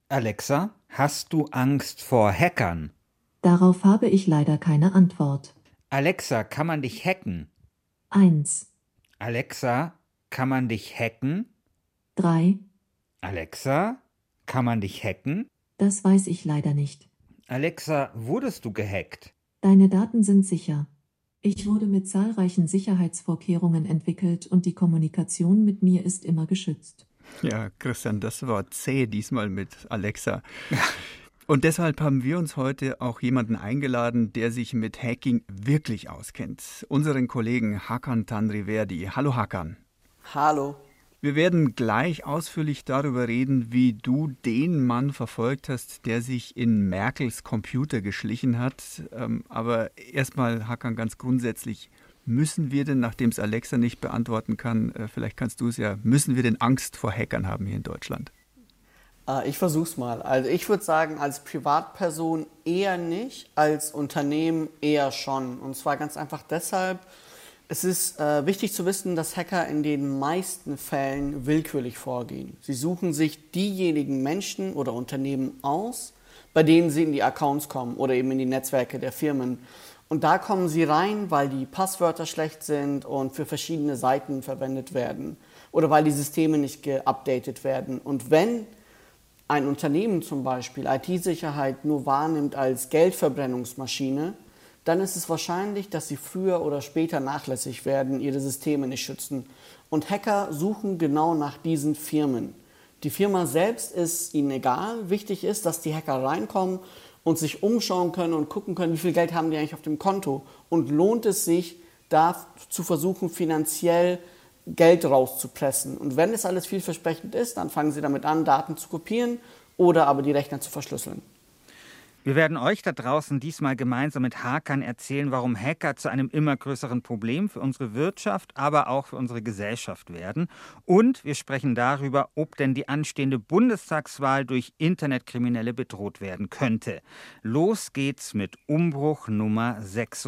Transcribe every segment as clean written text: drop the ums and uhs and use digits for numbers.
Alexa, hast du Angst vor Hackern? Darauf habe ich leider keine Antwort. Alexa, kann man dich hacken? 1, Alexa, kann man dich hacken? 3, Alexa, kann man dich hacken? das weiß ich leider nicht. Alexa, wurdest du gehackt? Deine Daten sind sicher. Ich wurde mit zahlreichen Sicherheitsvorkehrungen entwickelt und die Kommunikation mit mir ist immer geschützt. Ja, Christian, das war zäh diesmal mit Alexa. Und deshalb haben wir uns heute auch jemanden eingeladen, der sich mit Hacking wirklich auskennt. Unseren Kollegen Hakan Tanriverdi. Hallo Hakan. Hallo. Wir werden gleich ausführlich darüber reden, wie du den Mann verfolgt hast, der sich in Merkels Computer geschlichen hat. Aber erstmal, Hakan, ganz grundsätzlich, müssen wir denn, nachdem es Alexa nicht beantworten kann, vielleicht kannst du es ja, müssen wir denn Angst vor Hackern haben hier in Deutschland? Ich versuch's mal. Also ich würde sagen, als Privatperson eher nicht, als Unternehmen eher schon. Und zwar ganz einfach deshalb, es ist wichtig zu wissen, dass Hacker in den meisten Fällen willkürlich vorgehen. Sie suchen sich diejenigen Menschen oder Unternehmen aus, bei denen sie in die Accounts kommen oder eben in die Netzwerke der Firmen. Und da kommen sie rein, weil die Passwörter schlecht sind und für verschiedene Seiten verwendet werden oder weil die Systeme nicht geupdatet werden. Und wenn ein Unternehmen zum Beispiel IT-Sicherheit nur wahrnimmt als Geldverbrennungsmaschine, dann ist es wahrscheinlich, dass sie früher oder später nachlässig werden, ihre Systeme nicht schützen. Und Hacker suchen genau nach diesen Firmen. Die Firma selbst ist ihnen egal. Wichtig ist, dass die Hacker reinkommen und sich umschauen können und gucken können, wie viel Geld haben die eigentlich auf dem Konto. Und lohnt es sich, da zu versuchen, finanziell Geld rauszupressen. Und wenn es alles vielversprechend ist, dann fangen sie damit an, Daten zu kopieren oder aber die Rechner zu verschlüsseln. Wir werden euch da draußen diesmal gemeinsam mit Hakan erzählen, warum Hacker zu einem immer größeren Problem für unsere Wirtschaft, aber auch für unsere Gesellschaft werden. Und wir sprechen darüber, ob denn die anstehende Bundestagswahl durch Internetkriminelle bedroht werden könnte. Los geht's mit Umbruch Nummer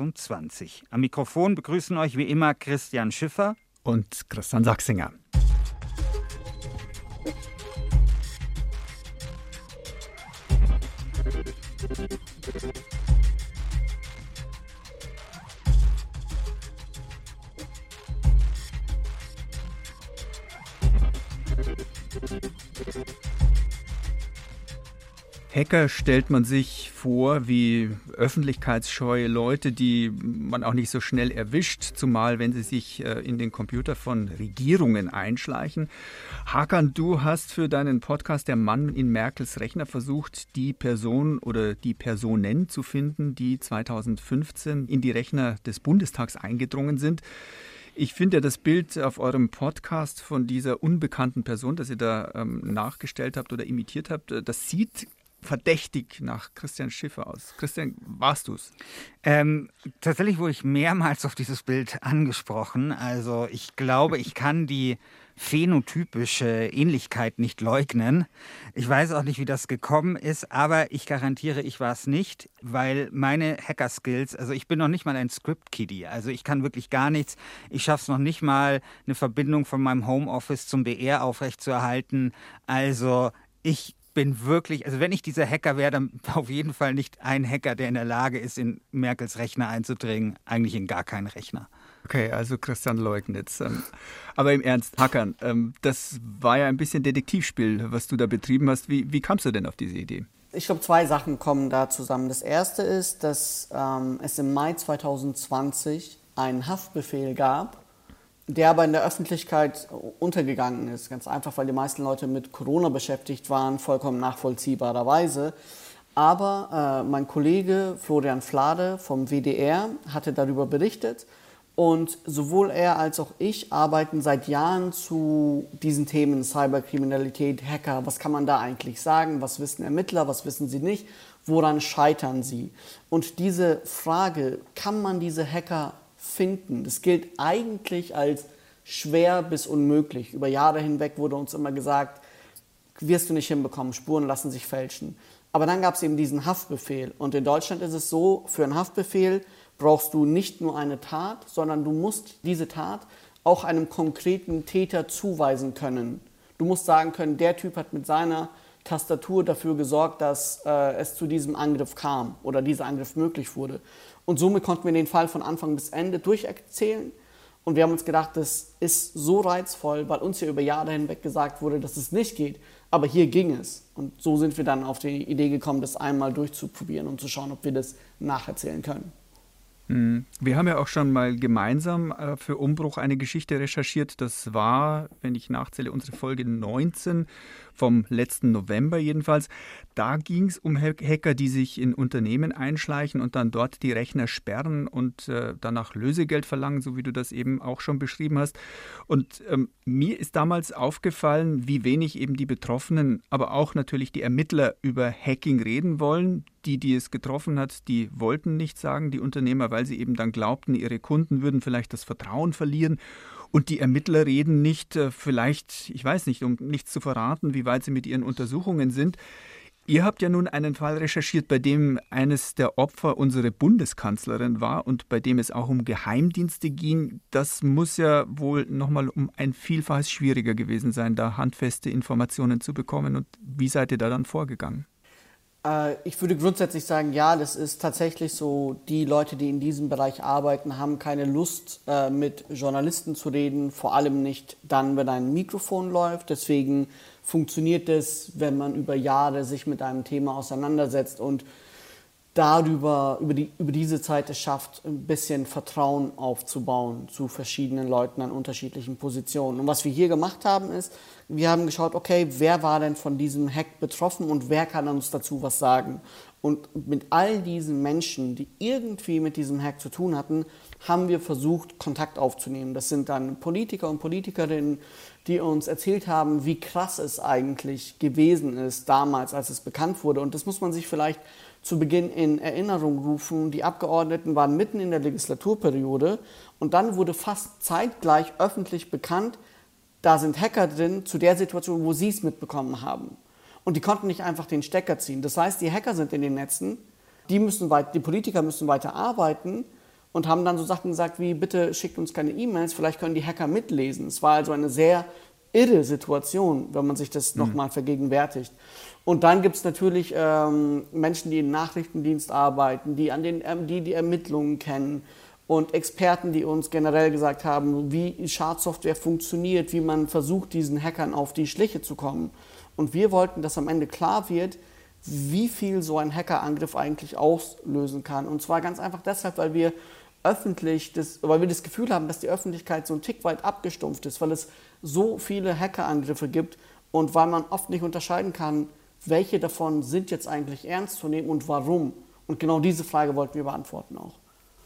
26. Am Mikrofon begrüßen euch wie immer Christian Schiffer und Christian Sachsinger. Hacker stellt man sich vor wie öffentlichkeitsscheue Leute, die man auch nicht so schnell erwischt, zumal wenn sie sich in den Computer von Regierungen einschleichen. Hakan, du hast für deinen Podcast Der Mann in Merkels Rechner versucht, die Person oder die Personen zu finden, die 2015 in die Rechner des Bundestags eingedrungen sind. Ich finde ja das Bild auf eurem Podcast von dieser unbekannten Person, das ihr da nachgestellt habt oder imitiert habt, das sieht verdächtig nach Christian Schiffer aus. Christian, warst du es? Tatsächlich wurde ich mehrmals auf dieses Bild angesprochen. Also ich glaube, ich kann die phänotypische Ähnlichkeit nicht leugnen. Ich weiß auch nicht, wie das gekommen ist, aber ich garantiere, ich war es nicht, weil meine Hacker-Skills, also ich bin noch nicht mal ein Script-Kiddie, also ich kann wirklich gar nichts. Ich schaffe es noch nicht mal, eine Verbindung von meinem Homeoffice zum BR aufrechtzuerhalten. Also ich bin wirklich, also wenn ich dieser Hacker wäre, dann auf jeden Fall nicht ein Hacker, der in der Lage ist, in Merkels Rechner einzudringen, eigentlich in gar keinen Rechner. Okay, also Christian leugnet. Aber im Ernst, Hakan, das war ja ein bisschen Detektivspiel, was du da betrieben hast. Wie kamst du denn auf diese Idee? Ich glaube, zwei Sachen kommen da zusammen. Das erste ist, dass es im Mai 2020 einen Haftbefehl gab, der aber in der Öffentlichkeit untergegangen ist. Ganz einfach, weil die meisten Leute mit Corona beschäftigt waren, vollkommen nachvollziehbarerweise. Aber mein Kollege Florian Flade vom WDR hatte darüber berichtet. Und sowohl er als auch ich arbeiten seit Jahren zu diesen Themen Cyberkriminalität, Hacker. Was kann man da eigentlich sagen? Was wissen Ermittler? Was wissen sie nicht? Woran scheitern sie? Und diese Frage, kann man diese Hacker finden? Das gilt eigentlich als schwer bis unmöglich. Über Jahre hinweg wurde uns immer gesagt, wirst du nicht hinbekommen, Spuren lassen sich fälschen. Aber dann gab es eben diesen Haftbefehl. Und in Deutschland ist es so, für einen Haftbefehl brauchst du nicht nur eine Tat, sondern du musst diese Tat auch einem konkreten Täter zuweisen können. Du musst sagen können, der Typ hat mit seiner Tastatur dafür gesorgt, dass es zu diesem Angriff kam oder dieser Angriff möglich wurde. Und somit konnten wir den Fall von Anfang bis Ende durcherzählen. Und wir haben uns gedacht, das ist so reizvoll, weil uns ja über Jahre hinweg gesagt wurde, dass es nicht geht. Aber hier ging es. Und so sind wir dann auf die Idee gekommen, das einmal durchzuprobieren und zu schauen, ob wir das nacherzählen können. Wir haben ja auch schon mal gemeinsam für Umbruch eine Geschichte recherchiert. Das war, wenn ich nachzähle, unsere Folge 19 vom letzten November jedenfalls. Da ging es um Hacker, die sich in Unternehmen einschleichen und dann dort die Rechner sperren und danach Lösegeld verlangen, so wie du das eben auch schon beschrieben hast. Und mir ist damals aufgefallen, wie wenig eben die Betroffenen, aber auch natürlich die Ermittler über Hacking reden wollen. Die es getroffen hat, die wollten nichts sagen, die Unternehmer, weil sie eben dann glaubten, ihre Kunden würden vielleicht das Vertrauen verlieren. Und die Ermittler reden nicht, vielleicht, ich weiß nicht, um nichts zu verraten, wie weit sie mit ihren Untersuchungen sind. Ihr habt ja nun einen Fall recherchiert, bei dem eines der Opfer unsere Bundeskanzlerin war und bei dem es auch um Geheimdienste ging. Das muss ja wohl nochmal um ein Vielfaches schwieriger gewesen sein, da handfeste Informationen zu bekommen. Und wie seid ihr da dann vorgegangen? Ich würde grundsätzlich sagen, ja, das ist tatsächlich so, die Leute, die in diesem Bereich arbeiten, haben keine Lust, mit Journalisten zu reden, vor allem nicht dann, wenn ein Mikrofon läuft. Deswegen funktioniert es, wenn man über Jahre sich mit einem Thema auseinandersetzt und über diese Zeit es schafft, ein bisschen Vertrauen aufzubauen zu verschiedenen Leuten an unterschiedlichen Positionen. Und was wir hier gemacht haben, ist, wir haben geschaut, okay, wer war denn von diesem Hack betroffen und wer kann uns dazu was sagen? Und mit all diesen Menschen, die irgendwie mit diesem Hack zu tun hatten, haben wir versucht, Kontakt aufzunehmen. Das sind dann Politiker und Politikerinnen, die uns erzählt haben, wie krass es eigentlich gewesen ist damals, als es bekannt wurde. Und das muss man sich vielleicht zu Beginn in Erinnerung rufen. Die Abgeordneten waren mitten in der Legislaturperiode und dann wurde fast zeitgleich öffentlich bekannt, da sind Hacker drin zu der Situation, wo sie es mitbekommen haben. Und die konnten nicht einfach den Stecker ziehen. Das heißt, die Hacker sind in den Netzen, die Politiker müssen weiter arbeiten und haben dann so Sachen gesagt wie, bitte schickt uns keine E-Mails, vielleicht können die Hacker mitlesen. Es war also eine sehr irre Situation, wenn man sich das nochmal vergegenwärtigt. Und dann gibt es natürlich Menschen, die im Nachrichtendienst arbeiten, die die Ermittlungen kennen und Experten, die uns generell gesagt haben, wie Schadsoftware funktioniert, wie man versucht, diesen Hackern auf die Schliche zu kommen. Und wir wollten, dass am Ende klar wird, wie viel so ein Hackerangriff eigentlich auslösen kann. Und zwar ganz einfach deshalb, weil wir das Gefühl haben, dass die Öffentlichkeit so ein Tick weit abgestumpft ist, weil es so viele Hackerangriffe gibt und weil man oft nicht unterscheiden kann, welche davon sind jetzt eigentlich ernst zu nehmen und warum. Und genau diese Frage wollten wir beantworten auch.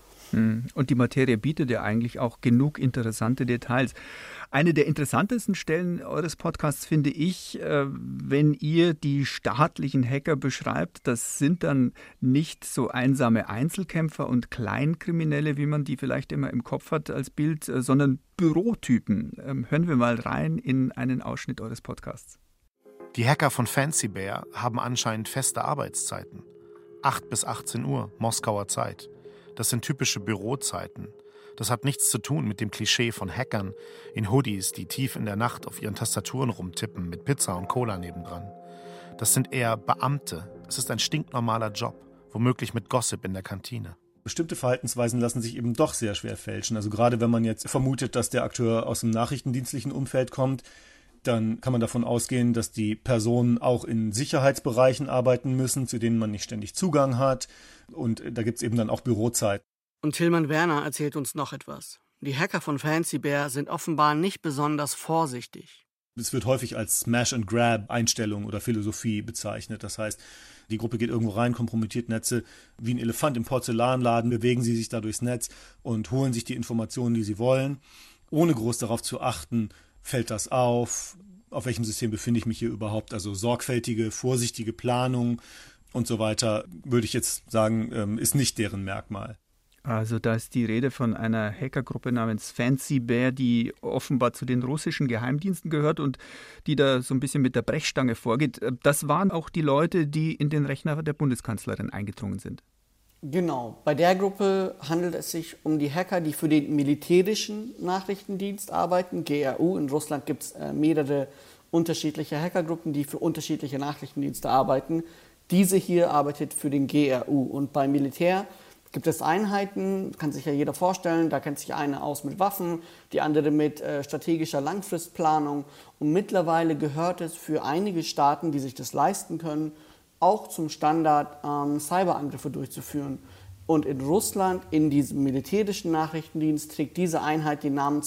Und die Materie bietet ja eigentlich auch genug interessante Details. Eine der interessantesten Stellen eures Podcasts finde ich, wenn ihr die staatlichen Hacker beschreibt, das sind dann nicht so einsame Einzelkämpfer und Kleinkriminelle, wie man die vielleicht immer im Kopf hat als Bild, sondern Bürotypen. Hören wir mal rein in einen Ausschnitt eures Podcasts. Die Hacker von Fancy Bear haben anscheinend feste Arbeitszeiten. 8 bis 18 Uhr, Moskauer Zeit. Das sind typische Bürozeiten. Das hat nichts zu tun mit dem Klischee von Hackern in Hoodies, die tief in der Nacht auf ihren Tastaturen rumtippen mit Pizza und Cola nebendran. Das sind eher Beamte. Es ist ein stinknormaler Job, womöglich mit Gossip in der Kantine. Bestimmte Verhaltensweisen lassen sich eben doch sehr schwer fälschen. Also gerade wenn man jetzt vermutet, dass der Akteur aus dem nachrichtendienstlichen Umfeld kommt, dann kann man davon ausgehen, dass die Personen auch in Sicherheitsbereichen arbeiten müssen, zu denen man nicht ständig Zugang hat. Und da gibt es eben dann auch Bürozeiten. Und Tilman Werner erzählt uns noch etwas. Die Hacker von Fancy Bear sind offenbar nicht besonders vorsichtig. Es wird häufig als Smash-and-Grab-Einstellung oder Philosophie bezeichnet. Das heißt, die Gruppe geht irgendwo rein, kompromittiert Netze. Wie ein Elefant im Porzellanladen bewegen sie sich da durchs Netz und holen sich die Informationen, die sie wollen, ohne groß darauf zu achten, fällt das auf welchem System befinde ich mich hier überhaupt, also sorgfältige, vorsichtige Planung und so weiter, würde ich jetzt sagen, ist nicht deren Merkmal. Also da ist die Rede von einer Hackergruppe namens Fancy Bear, die offenbar zu den russischen Geheimdiensten gehört und die da so ein bisschen mit der Brechstange vorgeht. Das waren auch die Leute, die in den Rechner der Bundeskanzlerin eingedrungen sind. Genau, bei der Gruppe handelt es sich um die Hacker, die für den militärischen Nachrichtendienst arbeiten, GRU. In Russland gibt es mehrere unterschiedliche Hackergruppen, die für unterschiedliche Nachrichtendienste arbeiten. Diese hier arbeitet für den GRU. Und beim Militär gibt es Einheiten, kann sich ja jeder vorstellen, da kennt sich eine aus mit Waffen, die andere mit strategischer Langfristplanung. Und mittlerweile gehört es für einige Staaten, die sich das leisten können, auch zum Standard, Cyberangriffe durchzuführen. Und in Russland, in diesem militärischen Nachrichtendienst, trägt diese Einheit den Namen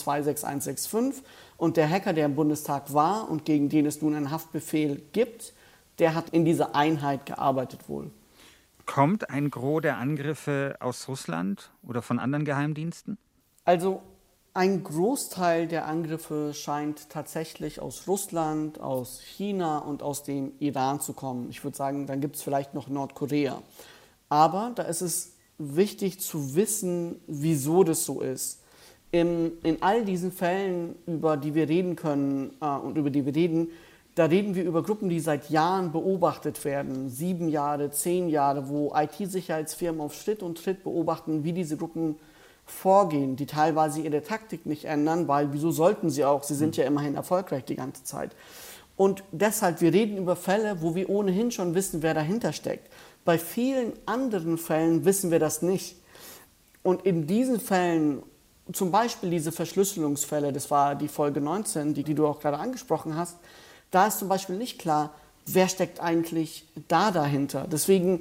26165. Und der Hacker, der im Bundestag war und gegen den es nun einen Haftbefehl gibt, der hat in dieser Einheit gearbeitet wohl. Kommt ein Gros der Angriffe aus Russland oder von anderen Geheimdiensten? Also ein Großteil der Angriffe scheint tatsächlich aus Russland, aus China und aus dem Iran zu kommen. Ich würde sagen, dann gibt es vielleicht noch Nordkorea. Aber da ist es wichtig zu wissen, wieso das so ist. In all diesen Fällen, über die wir reden können und über die wir reden, da reden wir über Gruppen, die seit Jahren beobachtet werden, 7 Jahre, 10 Jahre, wo IT-Sicherheitsfirmen auf Schritt und Tritt beobachten, wie diese Gruppen vorgehen, die teilweise ihre Taktik nicht ändern, weil wieso sollten sie auch, sie sind ja immerhin erfolgreich die ganze Zeit. Und deshalb, wir reden über Fälle, wo wir ohnehin schon wissen, wer dahinter steckt. Bei vielen anderen Fällen wissen wir das nicht. Und in diesen Fällen, zum Beispiel diese Verschlüsselungsfälle, das war die Folge 19, die du auch gerade angesprochen hast, da ist zum Beispiel nicht klar, wer steckt eigentlich da dahinter. Deswegen,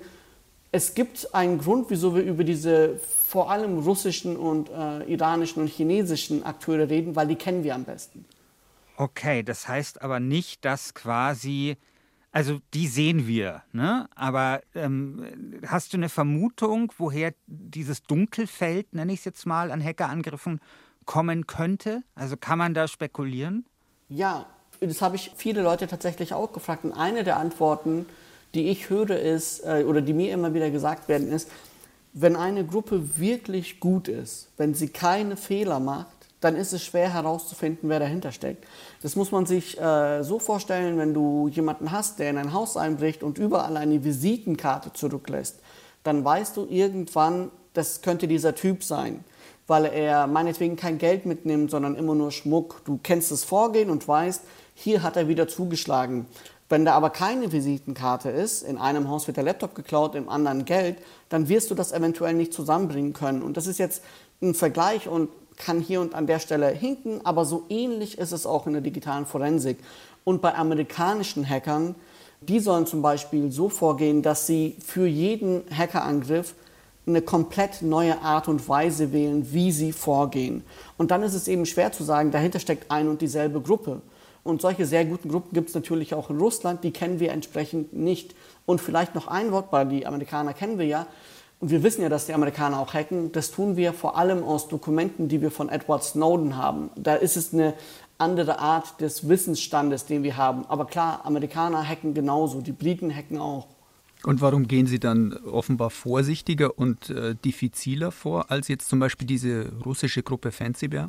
es gibt einen Grund, wieso wir über diese vor allem russischen und iranischen und chinesischen Akteure reden, weil die kennen wir am besten. Okay, das heißt aber nicht, dass quasi, also die sehen wir, ne? Aber hast du eine Vermutung, woher dieses Dunkelfeld, nenne ich es jetzt mal, an Hackerangriffen kommen könnte? Also kann man da spekulieren? Ja, das habe ich viele Leute tatsächlich auch gefragt. Und eine der Antworten, die ich höre, ist, oder die mir immer wieder gesagt werden, ist, wenn eine Gruppe wirklich gut ist, wenn sie keine Fehler macht, dann ist es schwer herauszufinden, wer dahinter steckt. Das muss man sich so vorstellen, wenn du jemanden hast, der in ein Haus einbricht und überall eine Visitenkarte zurücklässt, dann weißt du irgendwann, das könnte dieser Typ sein, weil er meinetwegen kein Geld mitnimmt, sondern immer nur Schmuck. Du kennst das Vorgehen und weißt, hier hat er wieder zugeschlagen. Wenn da aber keine Visitenkarte ist, in einem Haus wird der Laptop geklaut, im anderen Geld, dann wirst du das eventuell nicht zusammenbringen können. Und das ist jetzt ein Vergleich und kann hier und an der Stelle hinken, aber so ähnlich ist es auch in der digitalen Forensik. Und bei amerikanischen Hackern, die sollen zum Beispiel so vorgehen, dass sie für jeden Hackerangriff eine komplett neue Art und Weise wählen, wie sie vorgehen. Und dann ist es eben schwer zu sagen, dahinter steckt ein und dieselbe Gruppe. Und solche sehr guten Gruppen gibt es natürlich auch in Russland, die kennen wir entsprechend nicht. Und vielleicht noch ein Wort, weil die Amerikaner kennen wir ja. Und wir wissen ja, dass die Amerikaner auch hacken. Das tun wir vor allem aus Dokumenten, die wir von Edward Snowden haben. Da ist es eine andere Art des Wissensstandes, den wir haben. Aber klar, Amerikaner hacken genauso, die Briten hacken auch. Und warum gehen Sie dann offenbar vorsichtiger und diffiziler vor, als jetzt zum Beispiel diese russische Gruppe Fancy Bear?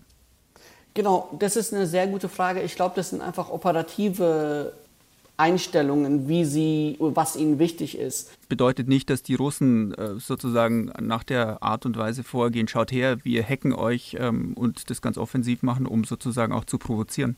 Genau, das ist eine sehr gute Frage. Ich glaube, das sind einfach operative Einstellungen, was ihnen wichtig ist. Bedeutet nicht, dass die Russen sozusagen nach der Art und Weise vorgehen, schaut her, wir hacken euch und das ganz offensiv machen, um sozusagen auch zu provozieren?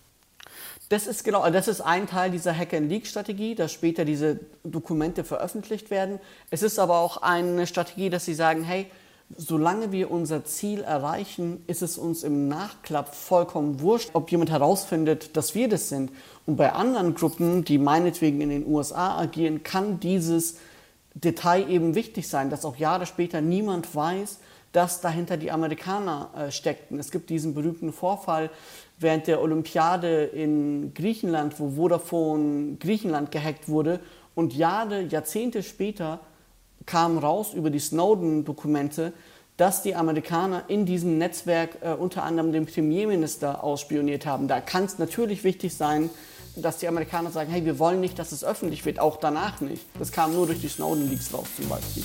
Das ist ein Teil dieser Hack-and-Leak-Strategie, dass später diese Dokumente veröffentlicht werden. Es ist aber auch eine Strategie, dass sie sagen, hey, solange wir unser Ziel erreichen, ist es uns im Nachklapp vollkommen wurscht, ob jemand herausfindet, dass wir das sind. Und bei anderen Gruppen, die meinetwegen in den USA agieren, kann dieses Detail eben wichtig sein, dass auch Jahre später niemand weiß, dass dahinter die Amerikaner steckten. Es gibt diesen berühmten Vorfall während der Olympiade in Griechenland, wo Vodafone Griechenland gehackt wurde und Jahrzehnte später kam raus über die Snowden-Dokumente, dass die Amerikaner in diesem Netzwerk unter anderem den Premierminister ausspioniert haben. Da kann es natürlich wichtig sein, dass die Amerikaner sagen, hey, wir wollen nicht, dass es öffentlich wird, auch danach nicht. Das kam nur durch die Snowden-Leaks raus zum Beispiel.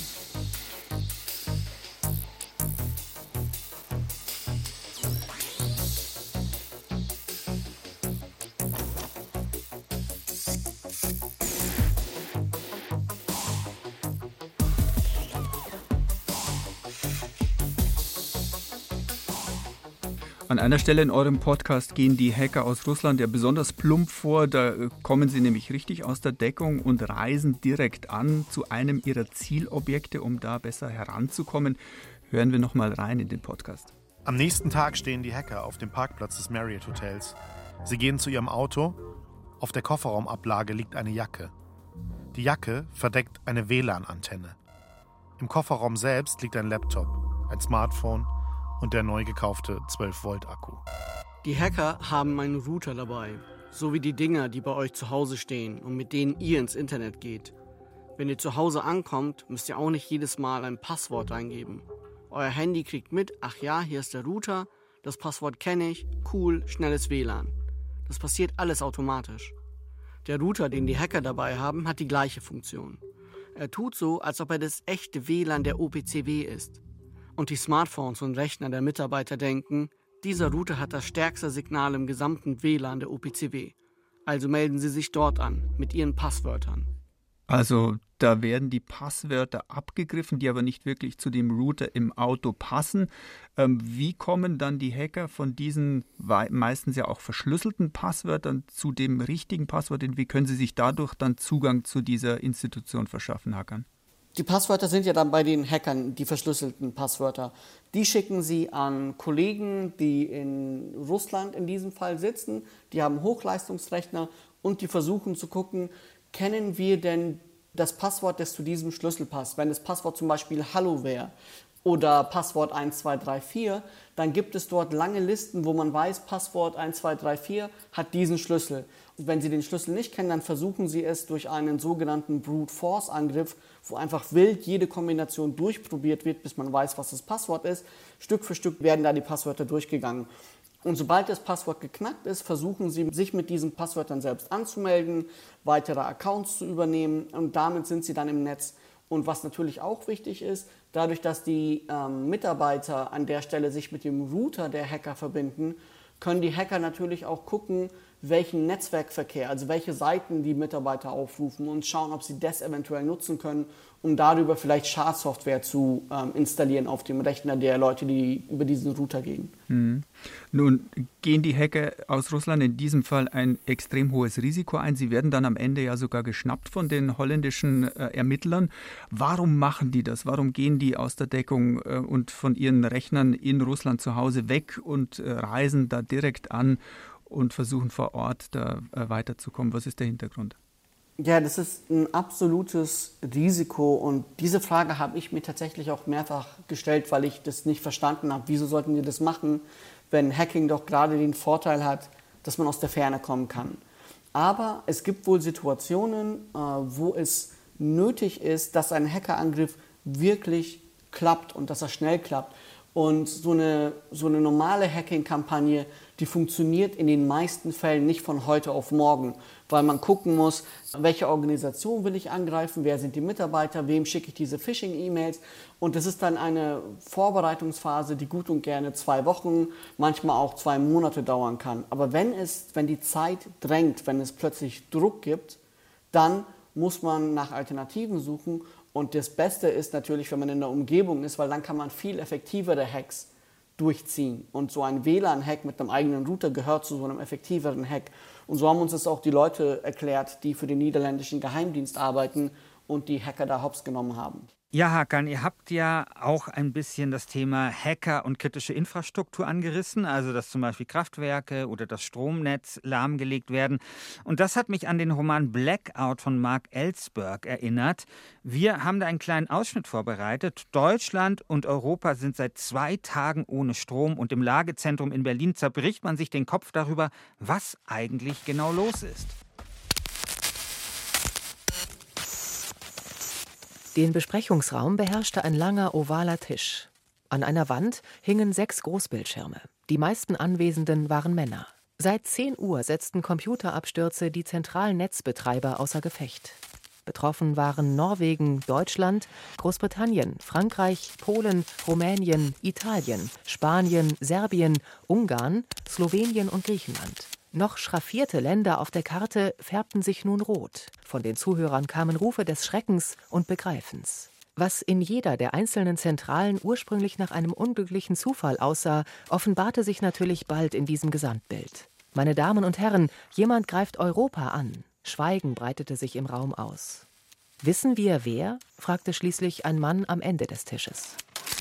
An einer Stelle in eurem Podcast gehen die Hacker aus Russland ja besonders plump vor. Da kommen sie nämlich richtig aus der Deckung und reisen direkt an zu einem ihrer Zielobjekte, um da besser heranzukommen. Hören wir noch mal rein in den Podcast. Am nächsten Tag stehen die Hacker auf dem Parkplatz des Marriott Hotels. Sie gehen zu ihrem Auto. Auf der Kofferraumablage liegt eine Jacke. Die Jacke verdeckt eine WLAN-Antenne. Im Kofferraum selbst liegt ein Laptop, ein Smartphone und der neu gekaufte 12-Volt-Akku. Die Hacker haben einen Router dabei, so wie die Dinger, die bei euch zu Hause stehen und mit denen ihr ins Internet geht. Wenn ihr zu Hause ankommt, müsst ihr auch nicht jedes Mal ein Passwort eingeben. Euer Handy kriegt mit, ach ja, hier ist der Router, das Passwort kenne ich, cool, schnelles WLAN. Das passiert alles automatisch. Der Router, den die Hacker dabei haben, hat die gleiche Funktion. Er tut so, als ob er das echte WLAN der OPCW ist. Und die Smartphones und Rechner der Mitarbeiter denken, dieser Router hat das stärkste Signal im gesamten WLAN der OPCW. Also melden sie sich dort an, mit ihren Passwörtern. Also da werden die Passwörter abgegriffen, die aber nicht wirklich zu dem Router im Auto passen. Wie kommen dann die Hacker von diesen meistens ja auch verschlüsselten Passwörtern zu dem richtigen Passwort? Und wie können sie sich dadurch dann Zugang zu dieser Institution verschaffen, Hackern? Die Passwörter sind ja dann bei den Hackern die verschlüsselten Passwörter. Die schicken sie an Kollegen, die in Russland in diesem Fall sitzen. Die haben Hochleistungsrechner und die versuchen zu gucken, kennen wir denn das Passwort, das zu diesem Schlüssel passt? Wenn das Passwort zum Beispiel Hallo wäre oder Passwort 1234, dann gibt es dort lange Listen, wo man weiß, Passwort 1234 hat diesen Schlüssel. Und wenn Sie den Schlüssel nicht kennen, dann versuchen Sie es durch einen sogenannten Brute Force Angriff, wo einfach wild jede Kombination durchprobiert wird, bis man weiß, was das Passwort ist. Stück für Stück werden da die Passwörter durchgegangen. Und sobald das Passwort geknackt ist, versuchen Sie, sich mit diesen Passwörtern selbst anzumelden, weitere Accounts zu übernehmen und damit sind Sie dann im Netz. Und was natürlich auch wichtig ist, dadurch, dass die Mitarbeiter an der Stelle sich mit dem Router der Hacker verbinden, können die Hacker natürlich auch gucken, welchen Netzwerkverkehr, also welche Seiten die Mitarbeiter aufrufen und schauen, ob sie das eventuell nutzen können, um darüber vielleicht Schadsoftware zu installieren auf dem Rechner der Leute, die über diesen Router gehen. Nun gehen die Hacker aus Russland in diesem Fall ein extrem hohes Risiko ein. Sie werden dann am Ende ja sogar geschnappt von den holländischen Ermittlern. Warum machen die das? Warum gehen die aus der Deckung und von ihren Rechnern in Russland zu Hause weg und reisen da direkt an und versuchen vor Ort da weiterzukommen? Was ist der Hintergrund? Ja, das ist ein absolutes Risiko und diese Frage habe ich mir tatsächlich auch mehrfach gestellt, weil ich das nicht verstanden habe. Wieso sollten die das machen, wenn Hacking doch gerade den Vorteil hat, dass man aus der Ferne kommen kann? Aber es gibt wohl Situationen, wo es nötig ist, dass ein Hackerangriff wirklich klappt und dass er schnell klappt. Und so eine normale Hacking-Kampagne, die funktioniert in den meisten Fällen nicht von heute auf morgen, weil man gucken muss, welche Organisation will ich angreifen, wer sind die Mitarbeiter, wem schicke ich diese Phishing-E-Mails. Und das ist dann eine Vorbereitungsphase, die gut und gerne 2 Wochen, manchmal auch 2 Monate dauern kann. Aber wenn die Zeit drängt, wenn es plötzlich Druck gibt, dann muss man nach Alternativen suchen. Und das Beste ist natürlich, wenn man in der Umgebung ist, weil dann kann man viel effektivere Hacks durchziehen. Und so ein WLAN-Hack mit einem eigenen Router gehört zu so einem effektiveren Hack. Und so haben uns das auch die Leute erklärt, die für den niederländischen Geheimdienst arbeiten und die Hacker da hops genommen haben. Ja, Hakan, ihr habt ja auch ein bisschen das Thema Hacker und kritische Infrastruktur angerissen, also dass zum Beispiel Kraftwerke oder das Stromnetz lahmgelegt werden. Und das hat mich an den Roman Blackout von Mark Ellsberg erinnert. Wir haben da einen kleinen Ausschnitt vorbereitet. Deutschland und Europa sind seit 2 Tagen ohne Strom und im Lagezentrum in Berlin zerbricht man sich den Kopf darüber, was eigentlich genau los ist. Den Besprechungsraum beherrschte ein langer, ovaler Tisch. An einer Wand hingen 6 Großbildschirme. Die meisten Anwesenden waren Männer. Seit 10 Uhr setzten Computerabstürze die zentralen Netzbetreiber außer Gefecht. Betroffen waren Norwegen, Deutschland, Großbritannien, Frankreich, Polen, Rumänien, Italien, Spanien, Serbien, Ungarn, Slowenien und Griechenland. Noch schraffierte Länder auf der Karte färbten sich nun rot. Von den Zuhörern kamen Rufe des Schreckens und Begreifens. Was in jeder der einzelnen Zentralen ursprünglich nach einem unglücklichen Zufall aussah, offenbarte sich natürlich bald in diesem Gesamtbild. Meine Damen und Herren, jemand greift Europa an. Schweigen breitete sich im Raum aus. Wissen wir wer? Fragte schließlich ein Mann am Ende des Tisches.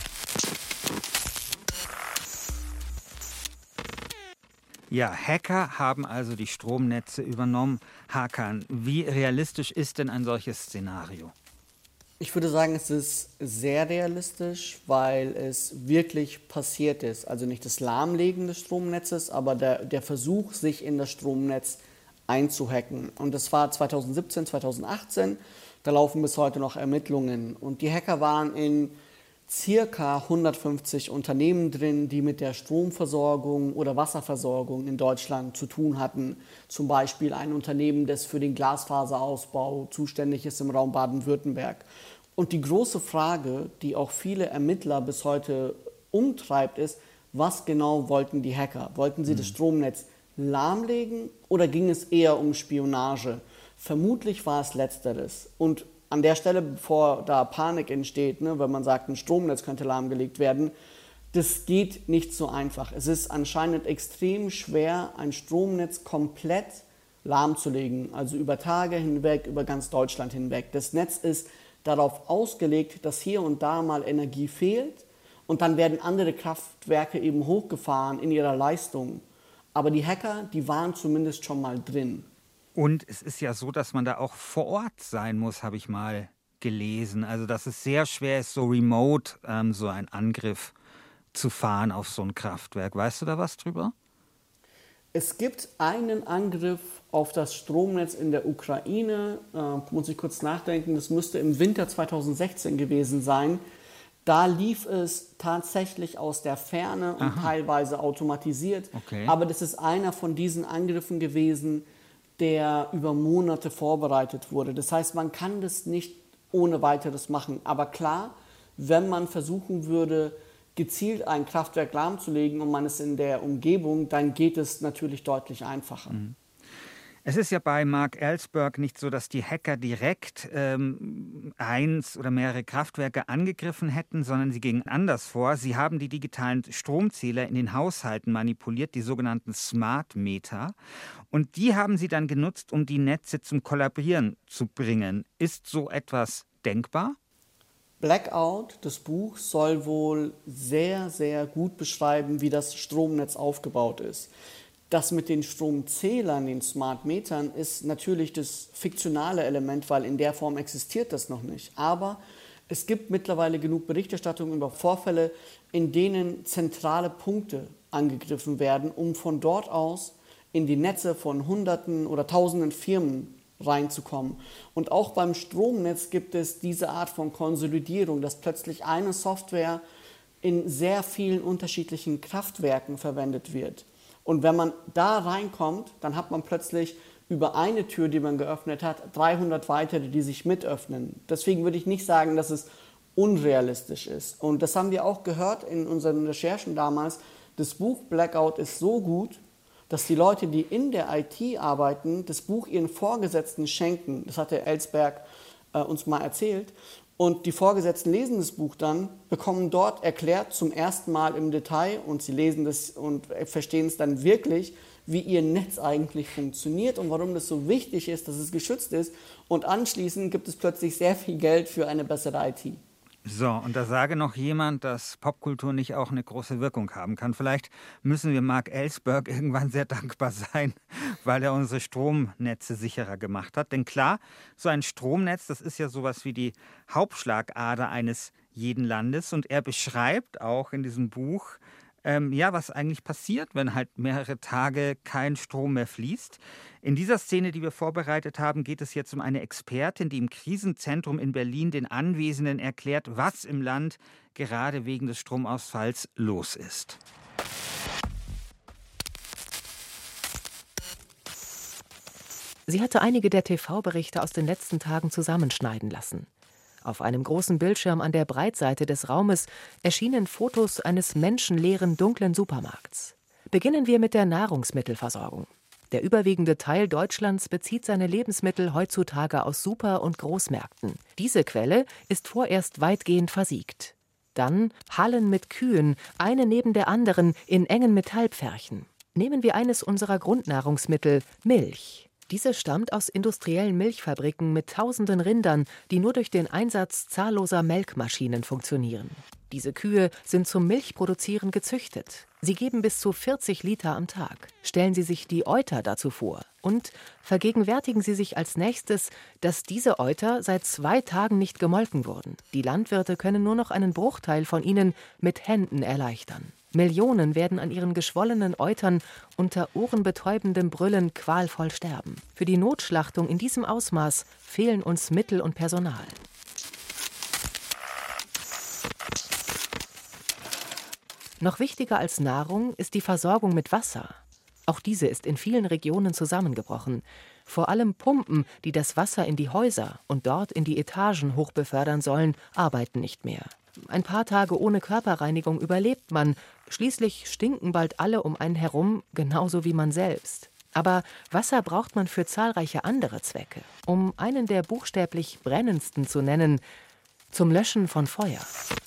Ja, Hacker haben also die Stromnetze übernommen. Hakan, wie realistisch ist denn ein solches Szenario? Ich würde sagen, es ist sehr realistisch, weil es wirklich passiert ist. Also nicht das Lahmlegen des Stromnetzes, aber der Versuch, sich in das Stromnetz einzuhacken. Und das war 2017, 2018. Da laufen bis heute noch Ermittlungen. Und die Hacker waren in circa 150 Unternehmen drin, die mit der Stromversorgung oder Wasserversorgung in Deutschland zu tun hatten. Zum Beispiel ein Unternehmen, das für den Glasfaserausbau zuständig ist im Raum Baden-Württemberg. Und die große Frage, die auch viele Ermittler bis heute umtreibt, ist, was genau wollten die Hacker? Wollten sie das Stromnetz lahmlegen oder ging es eher um Spionage? Vermutlich war es Letzteres. Und an der Stelle, bevor da Panik entsteht, wenn man sagt, ein Stromnetz könnte lahmgelegt werden, das geht nicht so einfach. Es ist anscheinend extrem schwer, ein Stromnetz komplett lahmzulegen, also über Tage hinweg, über ganz Deutschland hinweg. Das Netz ist darauf ausgelegt, dass hier und da mal Energie fehlt und dann werden andere Kraftwerke eben hochgefahren in ihrer Leistung. Aber die Hacker, die waren zumindest schon mal drin. Und es ist ja so, dass man da auch vor Ort sein muss, habe ich mal gelesen. Also dass es sehr schwer ist, so remote so einen Angriff zu fahren auf so ein Kraftwerk. Weißt du da was drüber? Es gibt einen Angriff auf das Stromnetz in der Ukraine, muss ich kurz nachdenken, das müsste im Winter 2016 gewesen sein. Da lief es tatsächlich aus der Ferne und teilweise automatisiert. Okay. Aber das ist einer von diesen Angriffen gewesen, der über Monate vorbereitet wurde. Das heißt, man kann das nicht ohne weiteres machen. Aber klar, wenn man versuchen würde, gezielt ein Kraftwerk lahmzulegen und man ist in der Umgebung, dann geht es natürlich deutlich einfacher. Es ist ja bei Mark Ellsberg nicht so, dass die Hacker direkt eins oder mehrere Kraftwerke angegriffen hätten, sondern sie gingen anders vor. Sie haben die digitalen Stromzähler in den Haushalten manipuliert, die sogenannten Smart Meter. Und die haben sie dann genutzt, um die Netze zum Kollabieren zu bringen. Ist so etwas denkbar? Blackout, das Buch, soll wohl sehr, sehr gut beschreiben, wie das Stromnetz aufgebaut ist. Das mit den Stromzählern, den Smart Metern, ist natürlich das fiktionale Element, weil in der Form existiert das noch nicht. Aber es gibt mittlerweile genug Berichterstattung über Vorfälle, in denen zentrale Punkte angegriffen werden, um von dort aus in die Netze von Hunderten oder Tausenden Firmen reinzukommen. Und auch beim Stromnetz gibt es diese Art von Konsolidierung, dass plötzlich eine Software in sehr vielen unterschiedlichen Kraftwerken verwendet wird. Und wenn man da reinkommt, dann hat man plötzlich über eine Tür, die man geöffnet hat, 300 weitere, die sich mit öffnen. Deswegen würde ich nicht sagen, dass es unrealistisch ist. Und das haben wir auch gehört in unseren Recherchen damals. Das Buch Blackout ist so gut, dass die Leute, die in der IT arbeiten, das Buch ihren Vorgesetzten schenken. Das hat der Ellsberg uns mal erzählt. Und die Vorgesetzten lesen das Buch dann, bekommen dort erklärt zum ersten Mal im Detail und sie lesen das und verstehen es dann wirklich, wie ihr Netz eigentlich funktioniert und warum das so wichtig ist, dass es geschützt ist. Und anschließend gibt es plötzlich sehr viel Geld für eine bessere IT. So, und da sage noch jemand, dass Popkultur nicht auch eine große Wirkung haben kann. Vielleicht müssen wir Mark Ellsberg irgendwann sehr dankbar sein, weil er unsere Stromnetze sicherer gemacht hat. Denn klar, so ein Stromnetz, das ist ja sowas wie die Hauptschlagader eines jeden Landes. Und er beschreibt auch in diesem Buch, was eigentlich passiert, wenn halt mehrere Tage kein Strom mehr fließt. In dieser Szene, die wir vorbereitet haben, geht es jetzt um eine Expertin, die im Krisenzentrum in Berlin den Anwesenden erklärt, was im Land gerade wegen des Stromausfalls los ist. Sie hatte einige der TV-Berichte aus den letzten Tagen zusammenschneiden lassen. Auf einem großen Bildschirm an der Breitseite des Raumes erschienen Fotos eines menschenleeren, dunklen Supermarkts. Beginnen wir mit der Nahrungsmittelversorgung. Der überwiegende Teil Deutschlands bezieht seine Lebensmittel heutzutage aus Super- und Großmärkten. Diese Quelle ist vorerst weitgehend versiegt. Dann Hallen mit Kühen, eine neben der anderen in engen Metallpferchen. Nehmen wir eines unserer Grundnahrungsmittel, Milch. Diese stammt aus industriellen Milchfabriken mit tausenden Rindern, die nur durch den Einsatz zahlloser Melkmaschinen funktionieren. Diese Kühe sind zum Milchproduzieren gezüchtet. Sie geben bis zu 40 Liter am Tag. Stellen Sie sich die Euter dazu vor und vergegenwärtigen Sie sich als nächstes, dass diese Euter seit 2 Tagen nicht gemolken wurden. Die Landwirte können nur noch einen Bruchteil von ihnen mit Händen erleichtern. Millionen werden an ihren geschwollenen Eutern unter ohrenbetäubendem Brüllen qualvoll sterben. Für die Notschlachtung in diesem Ausmaß fehlen uns Mittel und Personal. Noch wichtiger als Nahrung ist die Versorgung mit Wasser. Auch diese ist in vielen Regionen zusammengebrochen. Vor allem Pumpen, die das Wasser in die Häuser und dort in die Etagen hochbefördern sollen, arbeiten nicht mehr. Ein paar Tage ohne Körperreinigung überlebt man. Schließlich stinken bald alle um einen herum, genauso wie man selbst. Aber Wasser braucht man für zahlreiche andere Zwecke. Um einen der buchstäblich brennendsten zu nennen, zum Löschen von Feuer.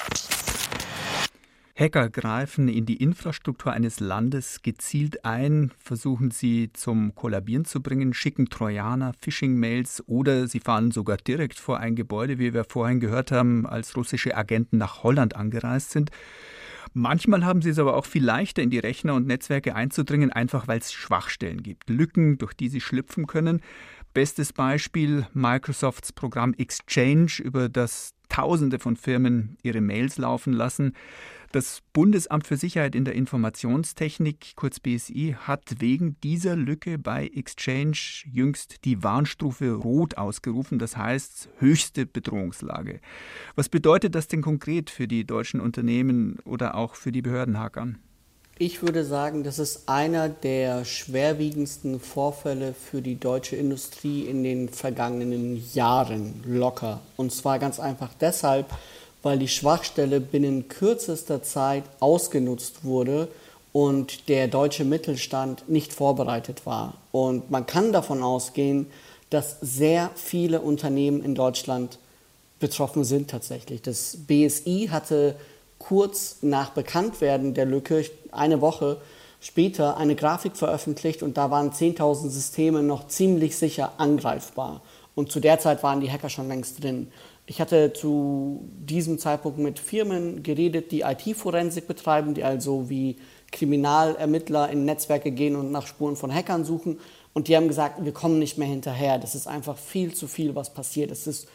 Hacker greifen in die Infrastruktur eines Landes gezielt ein, versuchen sie zum Kollabieren zu bringen, schicken Trojaner, Phishing-Mails oder sie fahren sogar direkt vor ein Gebäude, wie wir vorhin gehört haben, als russische Agenten nach Holland angereist sind. Manchmal haben sie es aber auch viel leichter, in die Rechner und Netzwerke einzudringen, einfach weil es Schwachstellen gibt, Lücken, durch die sie schlüpfen können. Bestes Beispiel Microsofts Programm Exchange, über das Tausende von Firmen ihre Mails laufen lassen. Das Bundesamt für Sicherheit in der Informationstechnik, kurz BSI, hat wegen dieser Lücke bei Exchange jüngst die Warnstufe Rot ausgerufen, das heißt höchste Bedrohungslage. Was bedeutet das denn konkret für die deutschen Unternehmen oder auch für die Behördenhacker? Ich würde sagen, das ist einer der schwerwiegendsten Vorfälle für die deutsche Industrie in den vergangenen Jahren locker. Und zwar ganz einfach deshalb, weil die Schwachstelle binnen kürzester Zeit ausgenutzt wurde und der deutsche Mittelstand nicht vorbereitet war. Und man kann davon ausgehen, dass sehr viele Unternehmen in Deutschland betroffen sind tatsächlich. Das BSI hatte kurz nach Bekanntwerden der Lücke, eine Woche später, eine Grafik veröffentlicht und da waren 10.000 Systeme noch ziemlich sicher angreifbar. Und zu der Zeit waren die Hacker schon längst drin. Ich hatte zu diesem Zeitpunkt mit Firmen geredet, die IT-Forensik betreiben, die also wie Kriminalermittler in Netzwerke gehen und nach Spuren von Hackern suchen. Und die haben gesagt, wir kommen nicht mehr hinterher. Das ist einfach viel zu viel, was passiert.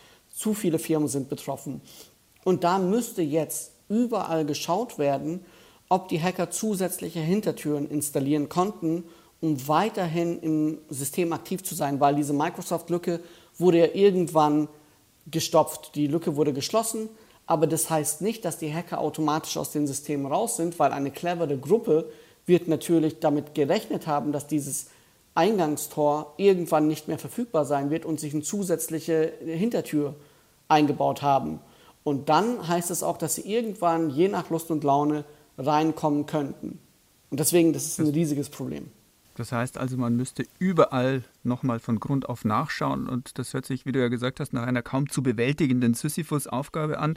Zu viele Firmen sind betroffen. Und da müsste jetzt überall geschaut werden, ob die Hacker zusätzliche Hintertüren installieren konnten, um weiterhin im System aktiv zu sein, weil diese Microsoft-Lücke wurde ja irgendwann gestopft. Die Lücke wurde geschlossen, aber das heißt nicht, dass die Hacker automatisch aus den Systemen raus sind, weil eine clevere Gruppe wird natürlich damit gerechnet haben, dass dieses Eingangstor irgendwann nicht mehr verfügbar sein wird und sich eine zusätzliche Hintertür eingebaut haben. Und dann heißt es auch, dass sie irgendwann, je nach Lust und Laune, reinkommen könnten. Und deswegen, das ist ein riesiges Problem. Das heißt also, man müsste überall nochmal von Grund auf nachschauen und das hört sich, wie du ja gesagt hast, nach einer kaum zu bewältigenden Sisyphus-Aufgabe an.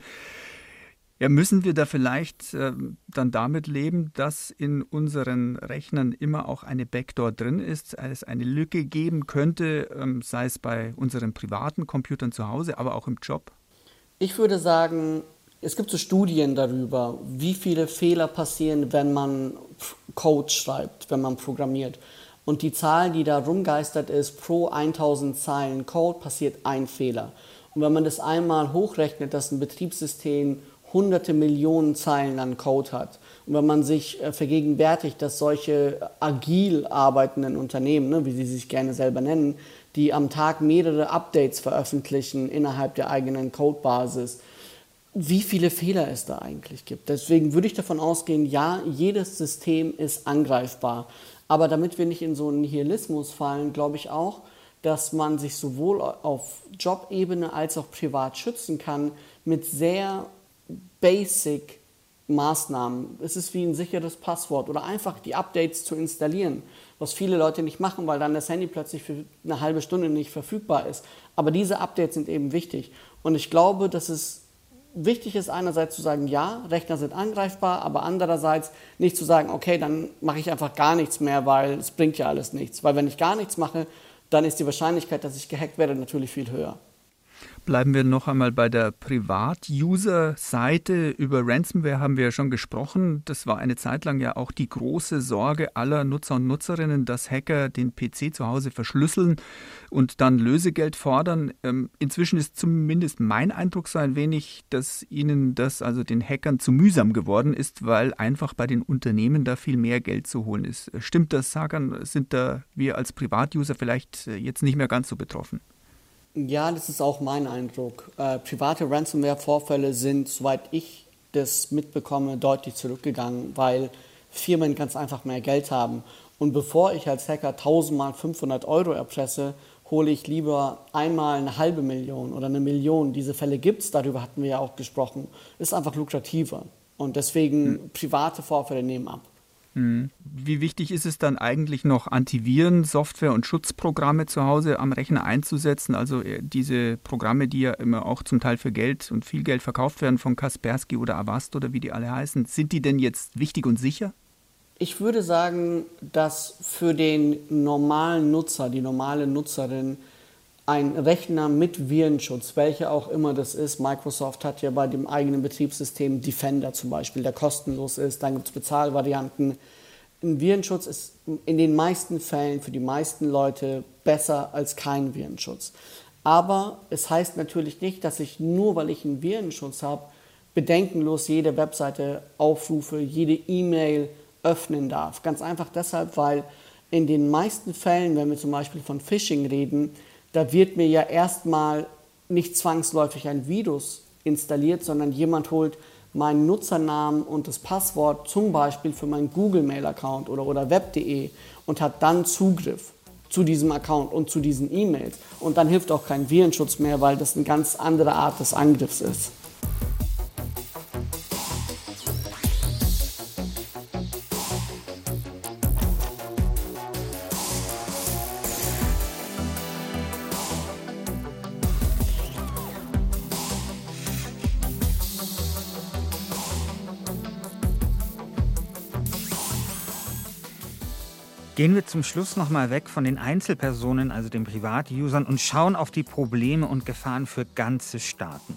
Ja, müssen wir da vielleicht dann damit leben, dass in unseren Rechnern immer auch eine Backdoor drin ist, es eine Lücke geben könnte, sei es bei unseren privaten Computern zu Hause, aber auch im Job? Ich würde sagen, es gibt so Studien darüber, wie viele Fehler passieren, wenn man Code schreibt, wenn man programmiert. Und die Zahl, die da rumgeistert ist, pro 1000 Zeilen Code passiert ein Fehler. Und wenn man das einmal hochrechnet, dass ein Betriebssystem hunderte Millionen Zeilen an Code hat. Und wenn man sich vergegenwärtigt, dass solche agil arbeitenden Unternehmen, wie sie sich gerne selber nennen, die am Tag mehrere Updates veröffentlichen innerhalb der eigenen Codebasis, wie viele Fehler es da eigentlich gibt. Deswegen würde ich davon ausgehen, ja, jedes System ist angreifbar. Aber damit wir nicht in so einen Nihilismus fallen, glaube ich auch, dass man sich sowohl auf Jobebene als auch privat schützen kann mit sehr basic Maßnahmen. Es ist wie ein sicheres Passwort oder einfach die Updates zu installieren, was viele Leute nicht machen, weil dann das Handy plötzlich für eine halbe Stunde nicht verfügbar ist. Aber diese Updates sind eben wichtig. Und ich glaube, dass es wichtig ist, einerseits zu sagen, ja, Rechner sind angreifbar, aber andererseits nicht zu sagen, okay, dann mache ich einfach gar nichts mehr, weil es bringt ja alles nichts. Weil wenn ich gar nichts mache, dann ist die Wahrscheinlichkeit, dass ich gehackt werde, natürlich viel höher. Bleiben wir noch einmal bei der Privat-User-Seite. Über Ransomware haben wir ja schon gesprochen. Das war eine Zeit lang ja auch die große Sorge aller Nutzer und Nutzerinnen, dass Hacker den PC zu Hause verschlüsseln und dann Lösegeld fordern. Inzwischen ist zumindest mein Eindruck so ein wenig, dass ihnen das, also den Hackern, zu mühsam geworden ist, weil einfach bei den Unternehmen da viel mehr Geld zu holen ist. Stimmt das, Serkan? Sind da wir als Privat-User vielleicht jetzt nicht mehr ganz so betroffen? Ja, das ist auch mein Eindruck. Private Ransomware-Vorfälle sind, soweit ich das mitbekomme, deutlich zurückgegangen, weil Firmen ganz einfach mehr Geld haben. Und bevor ich als Hacker 1000 mal 500 € erpresse, hole ich lieber einmal 500.000 oder 1 Million. Diese Fälle gibt es, darüber hatten wir ja auch gesprochen. Ist einfach lukrativer. Und deswegen private Vorfälle nehmen ab. Wie wichtig ist es dann eigentlich noch, Antiviren, Software und Schutzprogramme zu Hause am Rechner einzusetzen? Also diese Programme, die ja immer auch zum Teil für Geld und viel Geld verkauft werden von Kaspersky oder Avast oder wie die alle heißen, sind die denn jetzt wichtig und sicher? Ich würde sagen, dass für den normalen Nutzer, die normale Nutzerin, ein Rechner mit Virenschutz, welcher auch immer das ist, Microsoft hat ja bei dem eigenen Betriebssystem Defender zum Beispiel, der kostenlos ist, dann gibt es Bezahlvarianten. Ein Virenschutz ist in den meisten Fällen für die meisten Leute besser als kein Virenschutz. Aber es heißt natürlich nicht, dass ich nur, weil ich einen Virenschutz habe, bedenkenlos jede Webseite aufrufe, jede E-Mail öffnen darf. Ganz einfach deshalb, weil in den meisten Fällen, wenn wir zum Beispiel von Phishing reden, da wird mir ja erstmal nicht zwangsläufig ein Virus installiert, sondern jemand holt meinen Nutzernamen und das Passwort zum Beispiel für meinen Google-Mail-Account oder web.de und hat dann Zugriff zu diesem Account und zu diesen E-Mails. Und dann hilft auch kein Virenschutz mehr, weil das eine ganz andere Art des Angriffs ist. Gehen wir zum Schluss nochmal weg von den Einzelpersonen, also den Privatusern, und schauen auf die Probleme und Gefahren für ganze Staaten.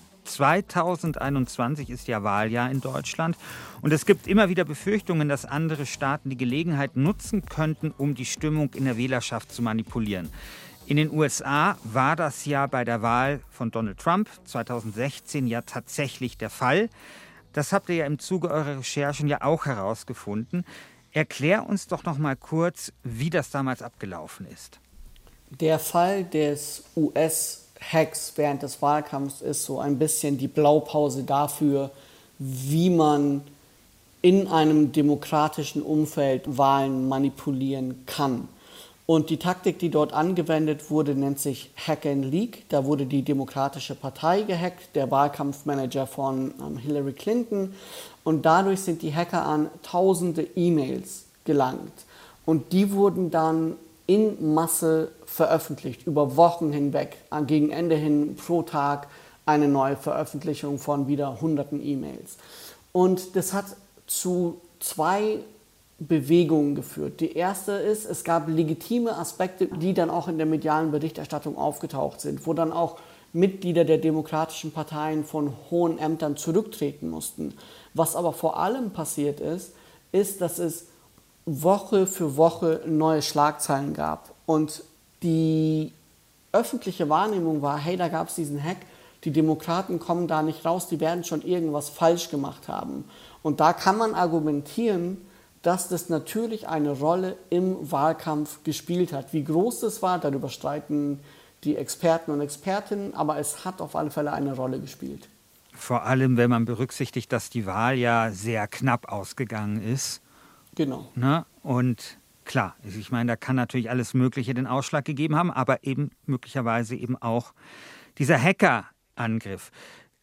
2021 ist ja Wahljahr in Deutschland und es gibt immer wieder Befürchtungen, dass andere Staaten die Gelegenheit nutzen könnten, um die Stimmung in der Wählerschaft zu manipulieren. In den USA war das ja bei der Wahl von Donald Trump 2016 ja tatsächlich der Fall. Das habt ihr ja im Zuge eurer Recherchen ja auch herausgefunden. Erklär uns doch noch mal kurz, wie das damals abgelaufen ist. Der Fall des US-Hacks während des Wahlkampfs ist so ein bisschen die Blaupause dafür, wie man in einem demokratischen Umfeld Wahlen manipulieren kann. Und die Taktik, die dort angewendet wurde, nennt sich Hack and Leak. Da wurde die Demokratische Partei gehackt, der Wahlkampfmanager von Hillary Clinton. Und dadurch sind die Hacker an tausende E-Mails gelangt. Und die wurden dann in Masse veröffentlicht, über Wochen hinweg. Gegen Ende hin pro Tag eine neue Veröffentlichung von wieder hunderten E-Mails. Und das hat zu zwei Bewegungen geführt. Die erste ist, es gab legitime Aspekte, die dann auch in der medialen Berichterstattung aufgetaucht sind, wo dann auch Mitglieder der demokratischen Parteien von hohen Ämtern zurücktreten mussten. Was aber vor allem passiert ist, dass es Woche für Woche neue Schlagzeilen gab. Und die öffentliche Wahrnehmung war, hey, da gab es diesen Hack, die Demokraten kommen da nicht raus, die werden schon irgendwas falsch gemacht haben. Und da kann man argumentieren, dass das natürlich eine Rolle im Wahlkampf gespielt hat. Wie groß das war, darüber streiten die Experten und Expertinnen, aber es hat auf alle Fälle eine Rolle gespielt. Vor allem, wenn man berücksichtigt, dass die Wahl ja sehr knapp ausgegangen ist. Genau. Ne? Und klar, ich meine, da kann natürlich alles Mögliche den Ausschlag gegeben haben, aber eben möglicherweise eben auch dieser Hackerangriff.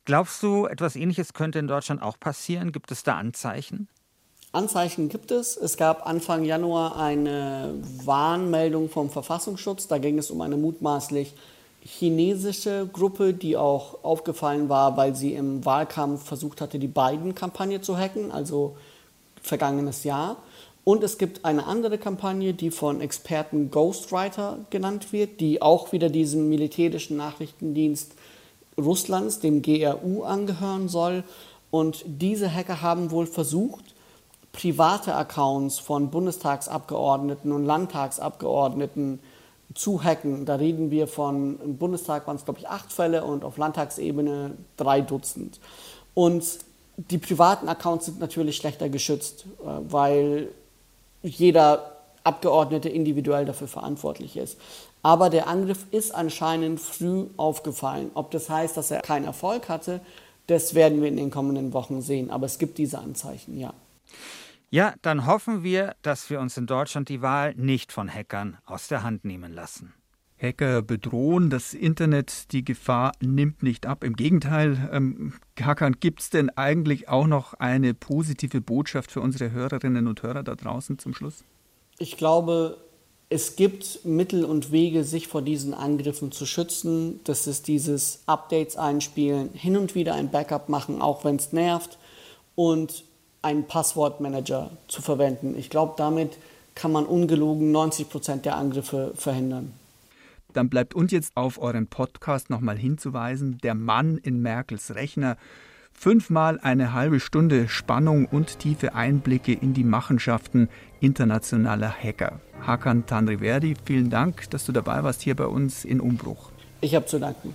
Glaubst du, etwas Ähnliches könnte in Deutschland auch passieren? Gibt es da Anzeichen? Anzeichen gibt es. Es gab Anfang Januar eine Warnmeldung vom Verfassungsschutz. Da ging es um eine mutmaßlich chinesische Gruppe, die auch aufgefallen war, weil sie im Wahlkampf versucht hatte, die Biden-Kampagne zu hacken, also vergangenes Jahr. Und es gibt eine andere Kampagne, die von Experten Ghostwriter genannt wird, die auch wieder diesem militärischen Nachrichtendienst Russlands, dem GRU, angehören soll. Und diese Hacker haben wohl versucht, private Accounts von Bundestagsabgeordneten und Landtagsabgeordneten zu hacken. Da reden wir von, im Bundestag waren es, glaube ich, 8 Fälle und auf Landtagsebene 3 Dutzend. Und die privaten Accounts sind natürlich schlechter geschützt, weil jeder Abgeordnete individuell dafür verantwortlich ist. Aber der Angriff ist anscheinend früh aufgefallen. Ob das heißt, dass er keinen Erfolg hatte, das werden wir in den kommenden Wochen sehen. Aber es gibt diese Anzeichen, ja. Ja, dann hoffen wir, dass wir uns in Deutschland die Wahl nicht von Hackern aus der Hand nehmen lassen. Hacker bedrohen das Internet, die Gefahr nimmt nicht ab. Im Gegenteil, Hakan, gibt es denn eigentlich auch noch eine positive Botschaft für unsere Hörerinnen und Hörer da draußen zum Schluss? Ich glaube, es gibt Mittel und Wege, sich vor diesen Angriffen zu schützen. Das ist dieses Updates einspielen, hin und wieder ein Backup machen, auch wenn es nervt, und einen Passwortmanager zu verwenden. Ich glaube, damit kann man ungelogen 90% der Angriffe verhindern. Dann bleibt uns jetzt auf euren Podcast nochmal hinzuweisen, der Mann in Merkels Rechner. 5-mal eine halbe Stunde Spannung und tiefe Einblicke in die Machenschaften internationaler Hacker. Hakan Tanriverdi, vielen Dank, dass du dabei warst hier bei uns in Umbruch. Ich habe zu danken.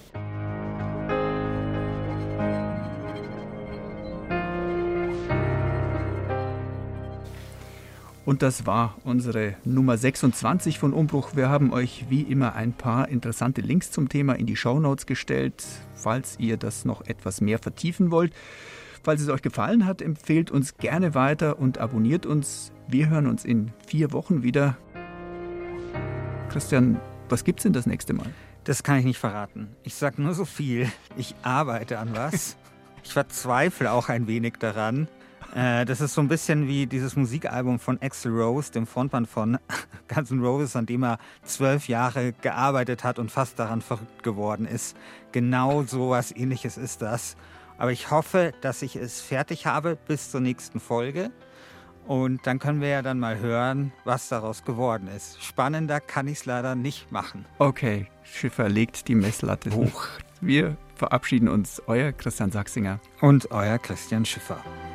Und das war unsere Nummer 26 von Umbruch. Wir haben euch wie immer ein paar interessante Links zum Thema in die Shownotes gestellt, falls ihr das noch etwas mehr vertiefen wollt. Falls es euch gefallen hat, empfehlt uns gerne weiter und abonniert uns. Wir hören uns in 4 Wochen wieder. Christian, was gibt's denn das nächste Mal? Das kann ich nicht verraten. Ich sage nur so viel. Ich arbeite an was. Ich verzweifle auch ein wenig daran. Das ist so ein bisschen wie dieses Musikalbum von Axl Rose, dem Frontmann von Guns N' Roses, an dem er 12 Jahre gearbeitet hat und fast daran verrückt geworden ist. Genau so was Ähnliches ist das. Aber ich hoffe, dass ich es fertig habe bis zur nächsten Folge. Und dann können wir ja dann mal hören, was daraus geworden ist. Spannender kann ich es leider nicht machen. Okay, Schiffer legt die Messlatte hoch. Wir verabschieden uns. Euer Christian Sachsinger. Und euer Christian Schiffer.